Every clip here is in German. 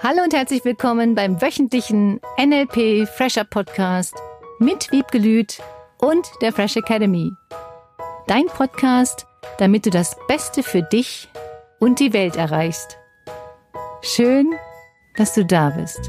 Hallo und herzlich willkommen beim wöchentlichen NLP Fresher Podcast mit Wiebke Lüth und der Fresh Academy. Dein Podcast, damit du das Beste für dich und die Welt erreichst. Schön, dass du da bist.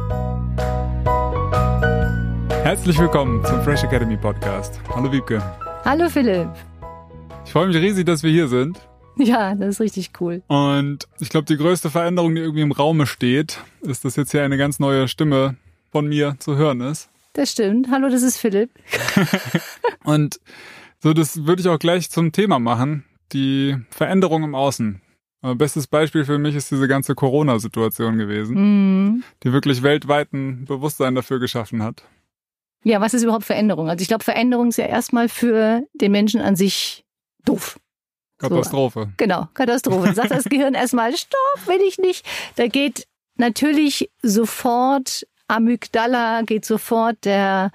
Herzlich willkommen zum Fresh Academy Podcast. Hallo Wiebke. Hallo Philipp. Ich freue mich riesig, dass wir hier sind. Ja, das ist richtig cool. Und ich glaube, die größte Veränderung, die irgendwie im Raume steht, ist, dass jetzt hier eine ganz neue Stimme von mir zu hören ist. Das stimmt. Hallo, das ist Philipp. Und so, das würde ich auch gleich zum Thema machen, die Veränderung im Außen. Bestes Beispiel für mich ist diese ganze Corona-Situation gewesen, die wirklich weltweit ein Bewusstsein dafür geschaffen hat. Ja, was ist überhaupt Veränderung? Also ich glaube, Veränderung ist ja erstmal für den Menschen an sich doof. Katastrophe. So, genau, Katastrophe. Dann sagt das Gehirn erstmal, stopp, will ich nicht. Da geht natürlich sofort Amygdala, geht sofort der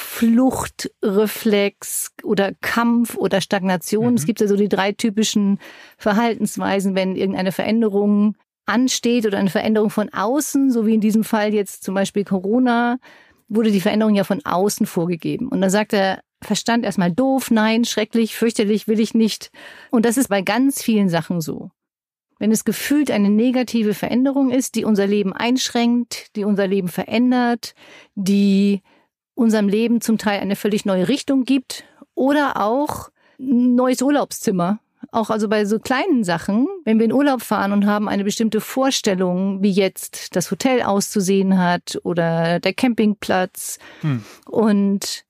Fluchtreflex oder Kampf oder Stagnation. Es gibt ja so die 3 typischen Verhaltensweisen, wenn irgendeine Veränderung ansteht oder eine Veränderung von außen, so wie in diesem Fall jetzt zum Beispiel Corona, wurde die Veränderung ja von außen vorgegeben. Und dann sagt der Verstand erstmal doof, nein, schrecklich, fürchterlich, will ich nicht. Und das ist bei ganz vielen Sachen so. Wenn es gefühlt eine negative Veränderung ist, die unser Leben einschränkt, die unser Leben verändert, die unserem Leben zum Teil eine völlig neue Richtung gibt oder auch ein neues Urlaubszimmer. Auch also bei so kleinen Sachen, wenn wir in Urlaub fahren und haben eine bestimmte Vorstellung, wie jetzt das Hotel auszusehen hat oder der Campingplatz und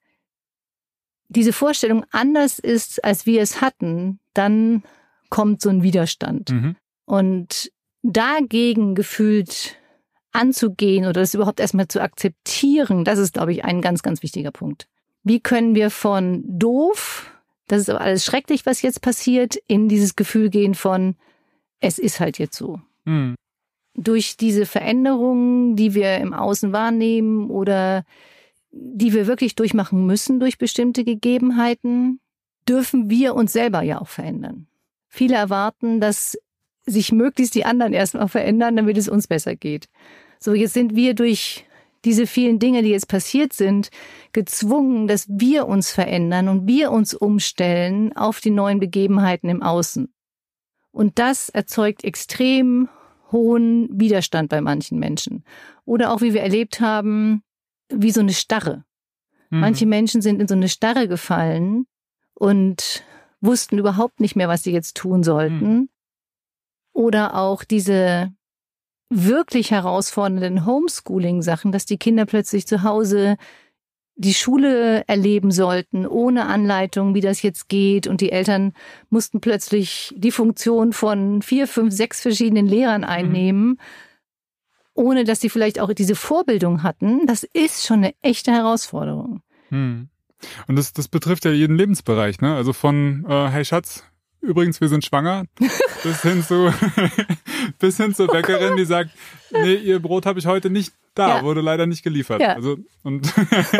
diese Vorstellung anders ist, als wir es hatten, dann kommt so ein Widerstand. Und dagegen gefühlt anzugehen oder das überhaupt erstmal zu akzeptieren, das ist, glaube ich, ein ganz, ganz wichtiger Punkt. Wie können wir von doof, das ist aber alles schrecklich, was jetzt passiert, in dieses Gefühl gehen von, es ist halt jetzt so. Durch diese Veränderungen, die wir im Außen wahrnehmen oder die wir wirklich durchmachen müssen durch bestimmte Gegebenheiten, dürfen wir uns selber ja auch verändern. Viele erwarten, dass sich möglichst die anderen erstmal verändern, damit es uns besser geht. So, jetzt sind wir durch diese vielen Dinge, die jetzt passiert sind, gezwungen, dass wir uns verändern und wir uns umstellen auf die neuen Begebenheiten im Außen. Und das erzeugt extrem hohen Widerstand bei manchen Menschen. Oder auch, wie wir erlebt haben, wie so eine Starre. Manche Menschen sind in so eine Starre gefallen und wussten überhaupt nicht mehr, was sie jetzt tun sollten. Oder auch diese wirklich herausfordernden Homeschooling-Sachen, dass die Kinder plötzlich zu Hause die Schule erleben sollten, ohne Anleitung, wie das jetzt geht. Und die Eltern mussten plötzlich die Funktion von 4, 5, 6 verschiedenen Lehrern einnehmen, ohne dass sie vielleicht auch diese Vorbildung hatten. Das ist schon eine echte Herausforderung. Und das betrifft ja jeden Lebensbereich, ne? Also von, hey Schatz, übrigens, wir sind schwanger, bis hin zur Bäckerin, die sagt, nee, ihr Brot habe ich heute nicht da, wurde leider nicht geliefert. Ja. Also, und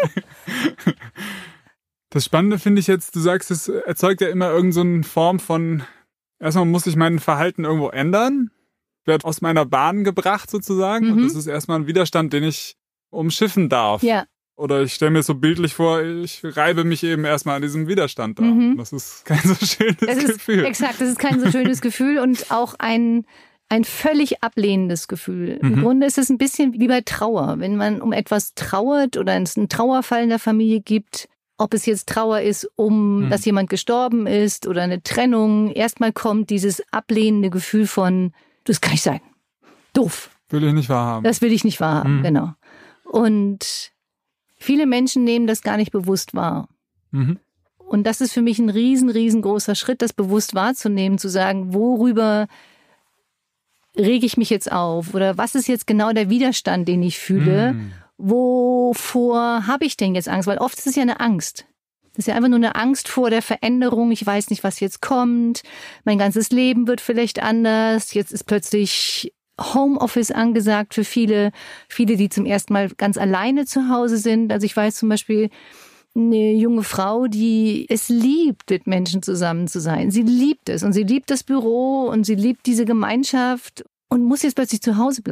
das Spannende finde ich jetzt, du sagst, es erzeugt ja immer irgend so eine Form von, erstmal muss ich mein Verhalten irgendwo ändern, werde aus meiner Bahn gebracht sozusagen. Und das ist erstmal ein Widerstand, den ich umschiffen darf. Ja. Oder ich stelle mir so bildlich vor, ich reibe mich eben erstmal an diesem Widerstand da. Das ist kein so schönes Gefühl. Exakt, das ist kein so schönes Gefühl und auch ein völlig ablehnendes Gefühl. Im Grunde ist es ein bisschen wie bei Trauer. Wenn man um etwas trauert oder es einen Trauerfall in der Familie gibt, ob es jetzt Trauer ist, dass jemand gestorben ist oder eine Trennung, erstmal kommt dieses ablehnende Gefühl von, das kann nicht sein. Doof. Will ich nicht wahrhaben. Das will ich nicht wahrhaben, genau. Und viele Menschen nehmen das gar nicht bewusst wahr. Und das ist für mich ein riesengroßer Schritt, das bewusst wahrzunehmen, zu sagen, worüber rege ich mich jetzt auf? Oder was ist jetzt genau der Widerstand, den ich fühle? Wovor habe ich denn jetzt Angst? Weil oft ist es ja eine Angst. Das ist ja einfach nur eine Angst vor der Veränderung. Ich weiß nicht, was jetzt kommt. Mein ganzes Leben wird vielleicht anders. Jetzt ist plötzlich Homeoffice angesagt für viele, die zum ersten Mal ganz alleine zu Hause sind. Also ich weiß zum Beispiel eine junge Frau, die es liebt, mit Menschen zusammen zu sein. Sie liebt es und sie liebt das Büro und sie liebt diese Gemeinschaft und muss jetzt plötzlich zu Hause bleiben.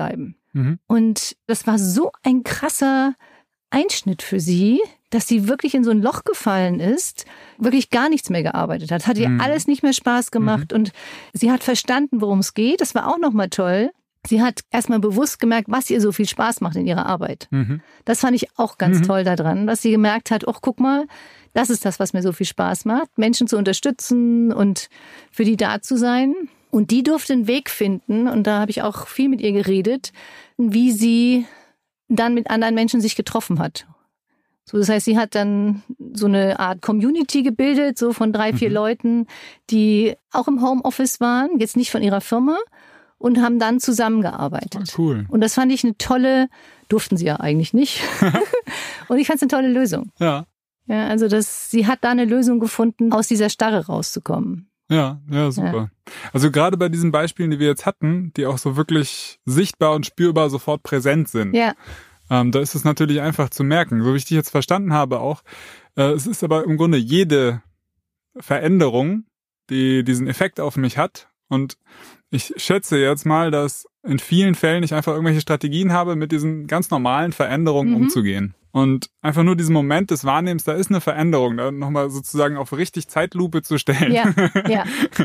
Und das war so ein krasser Einschnitt für sie, dass sie wirklich in so ein Loch gefallen ist, wirklich gar nichts mehr gearbeitet hat. Hat ihr alles nicht mehr Spaß gemacht und sie hat verstanden, worum es geht. Das war auch nochmal toll. Sie hat erstmal bewusst gemerkt, was ihr so viel Spaß macht in ihrer Arbeit. Das fand ich auch ganz toll daran, dass sie gemerkt hat, ach, guck mal, das ist das, was mir so viel Spaß macht, Menschen zu unterstützen und für die da zu sein. Und die durfte einen Weg finden, und da habe ich auch viel mit ihr geredet, wie sie dann mit anderen Menschen sich getroffen hat. So, das heißt, sie hat dann so eine Art Community gebildet, so von 3, 4 Leuten, die auch im Homeoffice waren, jetzt nicht von ihrer Firma, und haben dann zusammengearbeitet. Cool. Und das fand ich eine tolle, durften sie ja eigentlich nicht. Und ich fand es eine tolle Lösung. Ja. Ja, also sie hat da eine Lösung gefunden, aus dieser Starre rauszukommen. Ja, super. Ja. Also gerade bei diesen Beispielen, die wir jetzt hatten, die auch so wirklich sichtbar und spürbar sofort präsent sind. Ja. Da ist es natürlich einfach zu merken. So wie ich dich jetzt verstanden habe auch. Es ist aber im Grunde jede Veränderung, die diesen Effekt auf mich hat. Und ich schätze jetzt mal, dass in vielen Fällen ich einfach irgendwelche Strategien habe, mit diesen ganz normalen Veränderungen umzugehen. Und einfach nur diesen Moment des Wahrnehmens, da ist eine Veränderung, da nochmal sozusagen auf richtig Zeitlupe zu stellen. Ja.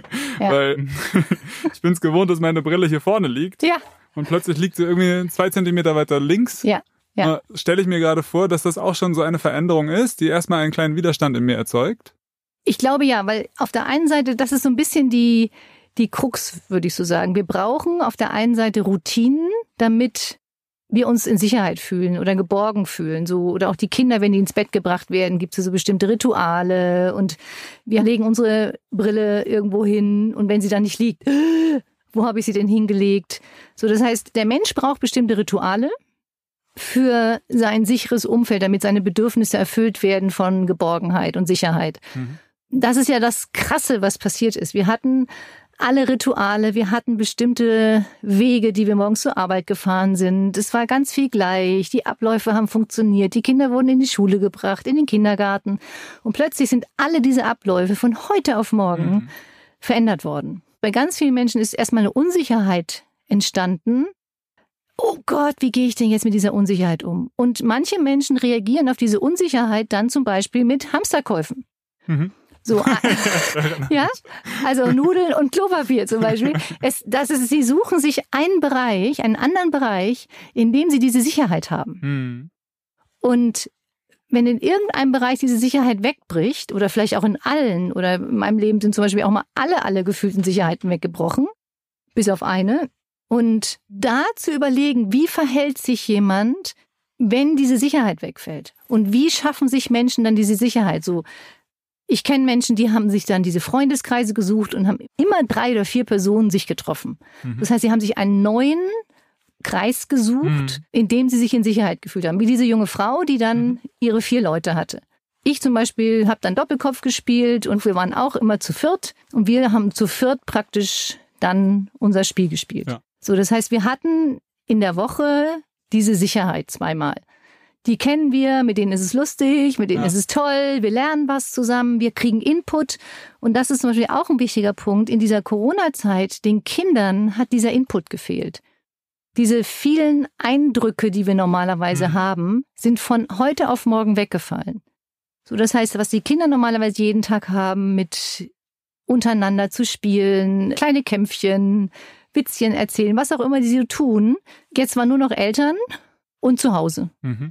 Weil ich bin es gewohnt, dass meine Brille hier vorne liegt. Ja. Und plötzlich liegt sie irgendwie 2 Zentimeter weiter links. Ja. Stelle ich mir gerade vor, dass das auch schon so eine Veränderung ist, die erstmal einen kleinen Widerstand in mir erzeugt. Ich glaube ja, weil auf der einen Seite, das ist so ein bisschen die Krux, würde ich so sagen. Wir brauchen auf der einen Seite Routinen, damit wir uns in Sicherheit fühlen oder geborgen fühlen. So, oder auch die Kinder, wenn die ins Bett gebracht werden, gibt es so bestimmte Rituale und wir legen unsere Brille irgendwo hin und wenn sie dann nicht liegt, wo habe ich sie denn hingelegt? So, das heißt, der Mensch braucht bestimmte Rituale für sein sicheres Umfeld, damit seine Bedürfnisse erfüllt werden von Geborgenheit und Sicherheit. Das ist ja das Krasse, was passiert ist. Wir hatten alle Rituale, wir hatten bestimmte Wege, die wir morgens zur Arbeit gefahren sind. Es war ganz viel gleich, die Abläufe haben funktioniert, die Kinder wurden in die Schule gebracht, in den Kindergarten. Und plötzlich sind alle diese Abläufe von heute auf morgen verändert worden. Bei ganz vielen Menschen ist erstmal eine Unsicherheit entstanden. Oh Gott, wie gehe ich denn jetzt mit dieser Unsicherheit um? Und manche Menschen reagieren auf diese Unsicherheit dann zum Beispiel mit Hamsterkäufen. So, ja, also Nudeln und Klopapier zum Beispiel. Sie suchen sich einen anderen Bereich, in dem sie diese Sicherheit haben. Und wenn in irgendeinem Bereich diese Sicherheit wegbricht, oder vielleicht auch in allen, oder in meinem Leben sind zum Beispiel auch mal alle gefühlten Sicherheiten weggebrochen, bis auf eine. Und da zu überlegen, wie verhält sich jemand, wenn diese Sicherheit wegfällt? Und wie schaffen sich Menschen dann diese Sicherheit? So, ich kenne Menschen, die haben sich dann diese Freundeskreise gesucht und haben immer 3 oder 4 Personen sich getroffen. Das heißt, sie haben sich einen neuen Kreis gesucht, in dem sie sich in Sicherheit gefühlt haben. Wie diese junge Frau, die dann ihre 4 Leute hatte. Ich zum Beispiel habe dann Doppelkopf gespielt und wir waren auch immer zu 4. Und wir haben zu 4 praktisch dann unser Spiel gespielt. Ja. So, das heißt, wir hatten in der Woche diese Sicherheit 2-mal. Die kennen wir, mit denen ist es lustig, mit denen ist es toll, wir lernen was zusammen, wir kriegen Input. Und das ist zum Beispiel auch ein wichtiger Punkt. In dieser Corona-Zeit, den Kindern hat dieser Input gefehlt. Diese vielen Eindrücke, die wir normalerweise haben, sind von heute auf morgen weggefallen. So, das heißt, was die Kinder normalerweise jeden Tag haben, mit untereinander zu spielen, kleine Kämpfchen, Witzchen erzählen, was auch immer die so tun. Jetzt waren nur noch Eltern und zu Hause.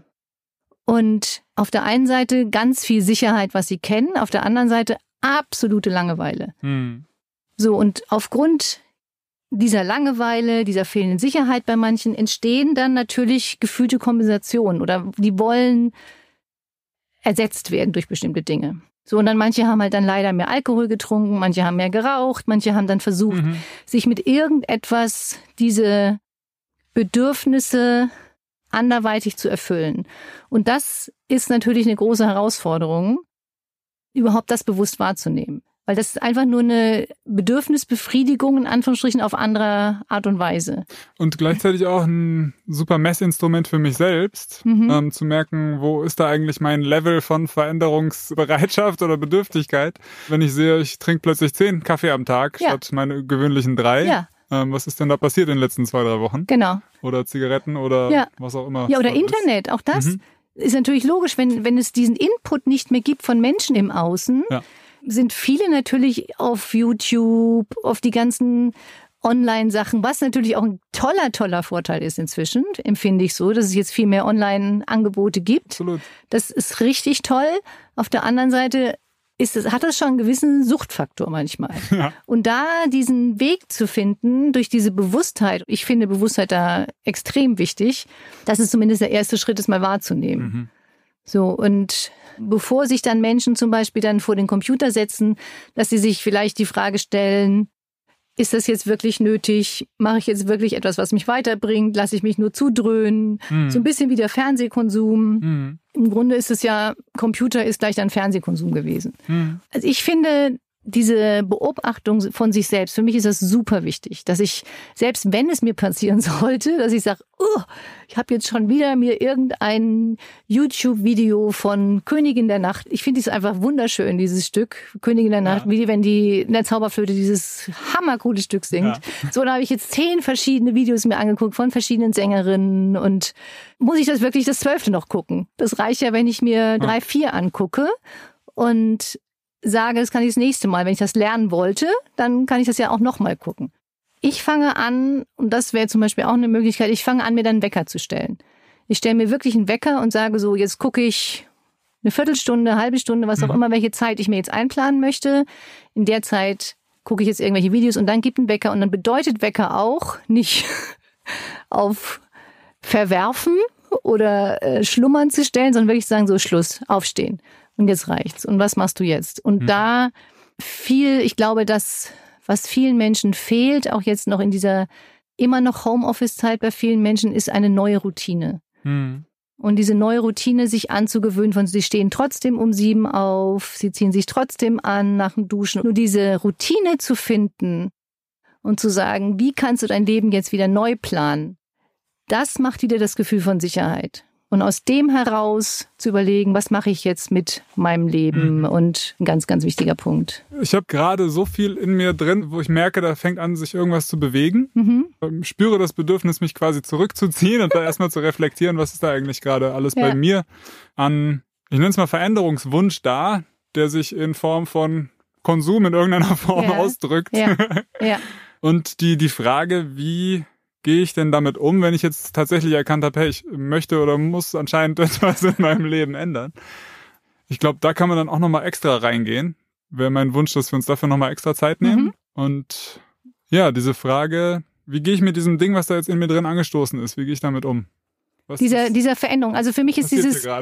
Und auf der einen Seite ganz viel Sicherheit, was sie kennen, auf der anderen Seite absolute Langeweile. So, und aufgrund dieser Langeweile, dieser fehlenden Sicherheit bei manchen entstehen dann natürlich gefühlte Kompensationen oder die wollen ersetzt werden durch bestimmte Dinge. So, und dann manche haben halt dann leider mehr Alkohol getrunken, manche haben mehr geraucht, manche haben dann versucht, sich mit irgendetwas diese Bedürfnisse anderweitig zu erfüllen. Und das ist natürlich eine große Herausforderung, überhaupt das bewusst wahrzunehmen. Weil das ist einfach nur eine Bedürfnisbefriedigung, in Anführungsstrichen, auf andere Art und Weise. Und gleichzeitig auch ein super Messinstrument für mich selbst, zu merken, wo ist da eigentlich mein Level von Veränderungsbereitschaft oder Bedürftigkeit. Wenn ich sehe, ich trinke plötzlich 10 Kaffee am Tag statt meine gewöhnlichen 3. Ja. was ist denn da passiert in den letzten 2-3 Wochen? Genau. Oder Zigaretten oder was auch immer. Ja, oder Internet, auch das ist natürlich logisch, wenn es diesen Input nicht mehr gibt von Menschen im Außen, sind viele natürlich auf YouTube, auf die ganzen Online-Sachen, was natürlich auch ein toller Vorteil ist inzwischen, empfinde ich so, dass es jetzt viel mehr Online-Angebote gibt. Absolut. Das ist richtig toll. Auf der anderen Seite hat das schon einen gewissen Suchtfaktor manchmal. Ja. Und da diesen Weg zu finden durch diese Bewusstheit, ich finde Bewusstheit da extrem wichtig, das ist zumindest der erste Schritt, es mal wahrzunehmen. So, und bevor sich dann Menschen zum Beispiel dann vor den Computer setzen, dass sie sich vielleicht die Frage stellen, ist das jetzt wirklich nötig? Mache ich jetzt wirklich etwas, was mich weiterbringt? Lasse ich mich nur zudröhnen? So ein bisschen wie der Fernsehkonsum. Im Grunde ist es ja, Computer ist gleich dann Fernsehkonsum gewesen. Also ich finde, diese Beobachtung von sich selbst, für mich ist das super wichtig, dass ich, selbst wenn es mir passieren sollte, dass ich sage, ich habe jetzt schon wieder mir irgendein YouTube-Video von Königin der Nacht, ich finde es einfach wunderschön, dieses Stück, Königin der Nacht, wie wenn die in der Zauberflöte dieses hammercoole Stück singt. Ja. So, da habe ich jetzt 10 verschiedene Videos mir angeguckt von verschiedenen Sängerinnen und muss ich das wirklich das 12. noch gucken? Das reicht ja, wenn ich mir 3, 4 angucke und sage, das kann ich das nächste Mal. Wenn ich das lernen wollte, dann kann ich das ja auch nochmal gucken. Ich fange an, und das wäre zum Beispiel auch eine Möglichkeit, ich fange an, mir dann einen Wecker zu stellen. Ich stelle mir wirklich einen Wecker und sage so, jetzt gucke ich eine Viertelstunde, eine halbe Stunde, was auch immer, welche Zeit ich mir jetzt einplanen möchte. In der Zeit gucke ich jetzt irgendwelche Videos und dann gibt ein Wecker. Und dann bedeutet Wecker auch nicht auf Verwerfen oder Schlummern zu stellen, sondern wirklich sagen, so Schluss, aufstehen. Und jetzt reicht's. Und was machst du jetzt? Und da ich glaube, was vielen Menschen fehlt, auch jetzt noch in dieser immer noch Homeoffice-Zeit bei vielen Menschen, ist eine neue Routine. Und diese neue Routine sich anzugewöhnen, sie stehen trotzdem um 7 auf, sie ziehen sich trotzdem an nach dem Duschen. Nur diese Routine zu finden und zu sagen, wie kannst du dein Leben jetzt wieder neu planen, das macht dir das Gefühl von Sicherheit. Und aus dem heraus zu überlegen, was mache ich jetzt mit meinem Leben? Und ein ganz, ganz wichtiger Punkt. Ich habe gerade so viel in mir drin, wo ich merke, da fängt an, sich irgendwas zu bewegen. Ich spüre das Bedürfnis, mich quasi zurückzuziehen und da erstmal zu reflektieren, was ist da eigentlich gerade alles bei mir an, ich nenne es mal Veränderungswunsch da, der sich in Form von Konsum in irgendeiner Form ausdrückt. Und die Frage, wie gehe ich denn damit um, wenn ich jetzt tatsächlich erkannt habe, hey, ich möchte oder muss anscheinend etwas in meinem Leben ändern. Ich glaube, da kann man dann auch nochmal extra reingehen. Wäre mein Wunsch, dass wir uns dafür nochmal extra Zeit nehmen. Und ja, diese Frage, wie gehe ich mit diesem Ding, was da jetzt in mir drin angestoßen ist, wie gehe ich damit um? Dieser Veränderung. Also für mich ist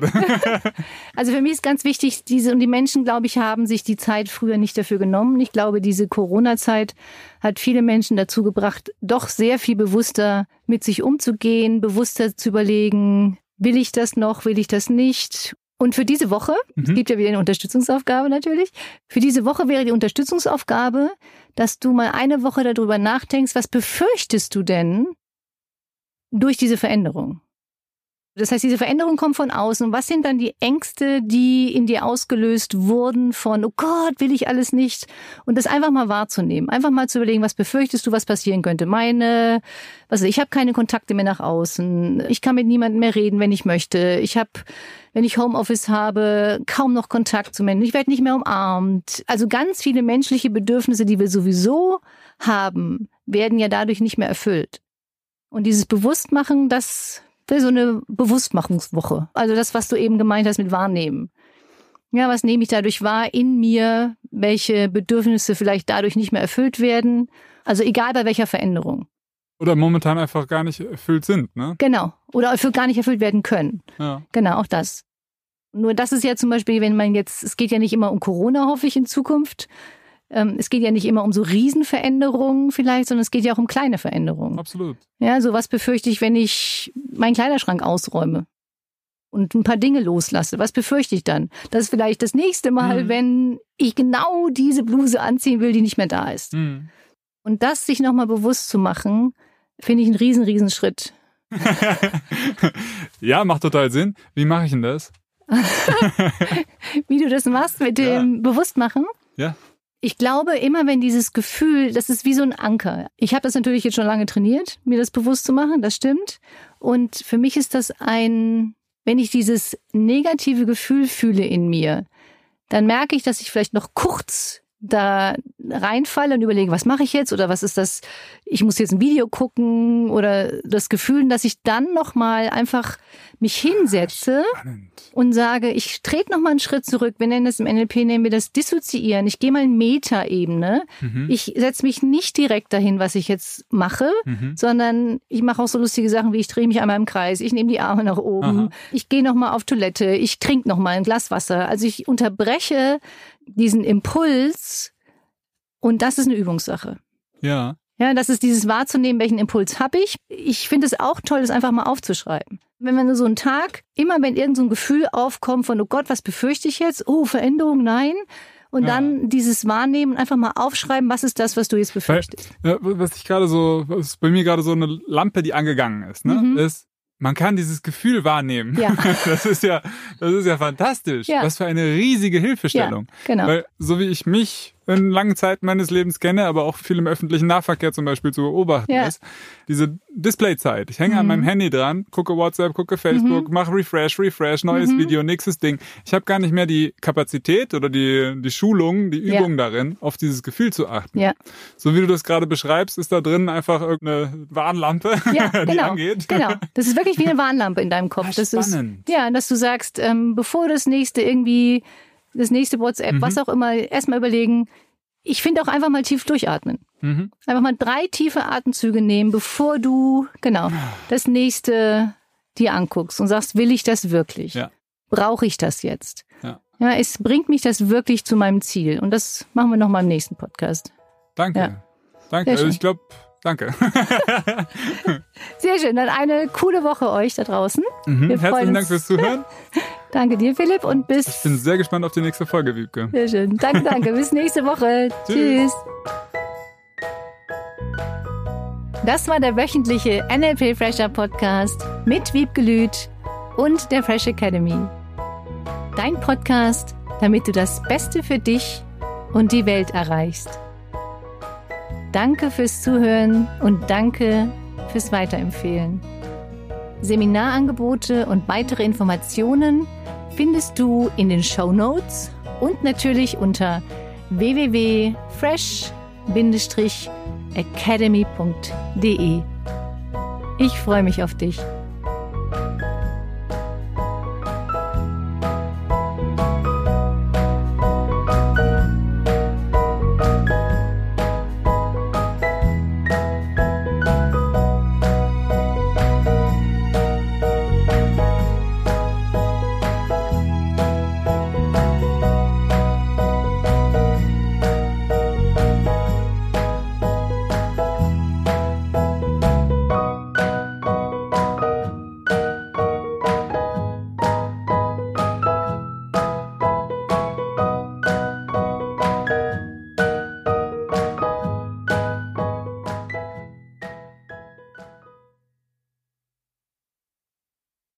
also für mich ist ganz wichtig, und die Menschen, glaube ich, haben sich die Zeit früher nicht dafür genommen. Ich glaube, diese Corona-Zeit hat viele Menschen dazu gebracht, doch sehr viel bewusster mit sich umzugehen, bewusster zu überlegen, will ich das noch, will ich das nicht? Und für diese Woche, es gibt ja wieder eine Unterstützungsaufgabe natürlich, für diese Woche wäre die Unterstützungsaufgabe, dass du mal eine Woche darüber nachdenkst, was befürchtest du denn durch diese Veränderung? Das heißt, diese Veränderung kommt von außen. Und was sind dann die Ängste, die in dir ausgelöst wurden von, oh Gott, will ich alles nicht? Und das einfach mal wahrzunehmen. Einfach mal zu überlegen, was befürchtest du, was passieren könnte? Ich habe keine Kontakte mehr nach außen. Ich kann mit niemandem mehr reden, wenn ich möchte. Wenn ich Homeoffice habe, kaum noch Kontakt zu Menschen. Ich werde nicht mehr umarmt. Also ganz viele menschliche Bedürfnisse, die wir sowieso haben, werden ja dadurch nicht mehr erfüllt. Und dieses Bewusstmachen, das so eine Bewusstmachungswoche. Also das, was du eben gemeint hast mit Wahrnehmen. Ja, was nehme ich dadurch wahr in mir? Welche Bedürfnisse vielleicht dadurch nicht mehr erfüllt werden? Also egal bei welcher Veränderung. Oder momentan einfach gar nicht erfüllt sind, ne? Genau. Oder gar nicht erfüllt werden können. Ja. Genau, auch das. Nur das ist ja zum Beispiel, es geht ja nicht immer um Corona, hoffe ich, in Zukunft. Es geht ja nicht immer um so Riesenveränderungen vielleicht, sondern es geht ja auch um kleine Veränderungen. Absolut. Ja, so was befürchte ich, wenn ich meinen Kleiderschrank ausräume und ein paar Dinge loslasse. Was befürchte ich dann? Das ist vielleicht das nächste Mal, wenn ich genau diese Bluse anziehen will, die nicht mehr da ist. Und das sich nochmal bewusst zu machen, finde ich einen riesen Schritt. Ja, macht total Sinn. Wie mache ich denn das? Wie du das machst mit dem Bewusstmachen? Ja. Ich glaube, immer wenn dieses Gefühl, das ist wie so ein Anker. Ich habe das natürlich jetzt schon lange trainiert, mir das bewusst zu machen, das stimmt. Und für mich ist das wenn ich dieses negative Gefühl fühle in mir, dann merke ich, dass ich vielleicht noch kurz da reinfalle und überlege, was mache ich jetzt oder was ist das, ich muss jetzt ein Video gucken oder das Gefühl, dass ich dann nochmal einfach mich hinsetze und sage, ich trete nochmal einen Schritt zurück. Wir nennen das im NLP, nennen wir das Dissoziieren. Ich gehe mal in Metaebene. Ich setze mich nicht direkt dahin, was ich jetzt mache, sondern ich mache auch so lustige Sachen wie ich drehe mich einmal im Kreis, ich nehme die Arme nach oben, ich gehe nochmal auf Toilette, ich trinke nochmal ein Glas Wasser. Also ich unterbreche diesen Impuls und das ist eine Übungssache. Ja. Ja, das ist dieses wahrzunehmen, welchen Impuls habe ich. Ich finde es auch toll, das einfach mal aufzuschreiben. Wenn wir nur so einen Tag, immer wenn irgend so ein Gefühl aufkommt von, oh Gott, was befürchte ich jetzt? Oh, Veränderung, nein. Und dann dieses Wahrnehmen, einfach mal aufschreiben, was ist das, was du jetzt befürchtest. Was bei mir gerade so eine Lampe, die angegangen ist, ne, ist, man kann dieses Gefühl wahrnehmen. Ja. Das ist ja fantastisch. Ja. Was für eine riesige Hilfestellung. Ja, genau. Weil so wie ich mich in langen Zeiten meines Lebens kenne, aber auch viel im öffentlichen Nahverkehr zum Beispiel zu beobachten ist, diese Displayzeit. Ich hänge an meinem Handy dran, gucke WhatsApp, gucke Facebook, mache Refresh, neues Video, nächstes Ding. Ich habe gar nicht mehr die Kapazität oder die Schulung, die Übung darin, auf dieses Gefühl zu achten. Ja. So wie du das gerade beschreibst, ist da drin einfach irgendeine Warnlampe, die angeht. Genau. Das ist wirklich wie eine Warnlampe in deinem Kopf. Das ist spannend. Dass du sagst, bevor das nächste WhatsApp, was auch immer, erstmal überlegen. Ich finde auch einfach mal tief durchatmen. Einfach mal 3 tiefe Atemzüge nehmen, bevor du, das nächste dir anguckst und sagst, will ich das wirklich? Ja. Brauche ich das jetzt? Ja, es bringt mich das wirklich zu meinem Ziel. Und das machen wir nochmal im nächsten Podcast. Danke. Ja. Danke. Also ich glaube, danke. Sehr schön. Dann eine coole Woche euch da draußen. Herzlichen Dank fürs Zuhören. Danke dir, Philipp, und bis... Ich bin sehr gespannt auf die nächste Folge, Wiebke. Sehr schön. Danke. Bis nächste Woche. Tschüss. Das war der wöchentliche NLP Fresher Podcast mit Wiebke Lüth und der Fresh Academy. Dein Podcast, damit du das Beste für dich und die Welt erreichst. Danke fürs Zuhören und danke fürs Weiterempfehlen. Seminarangebote und weitere Informationen findest du in den Shownotes und natürlich unter www.fresh-academy.de. Ich freue mich auf dich.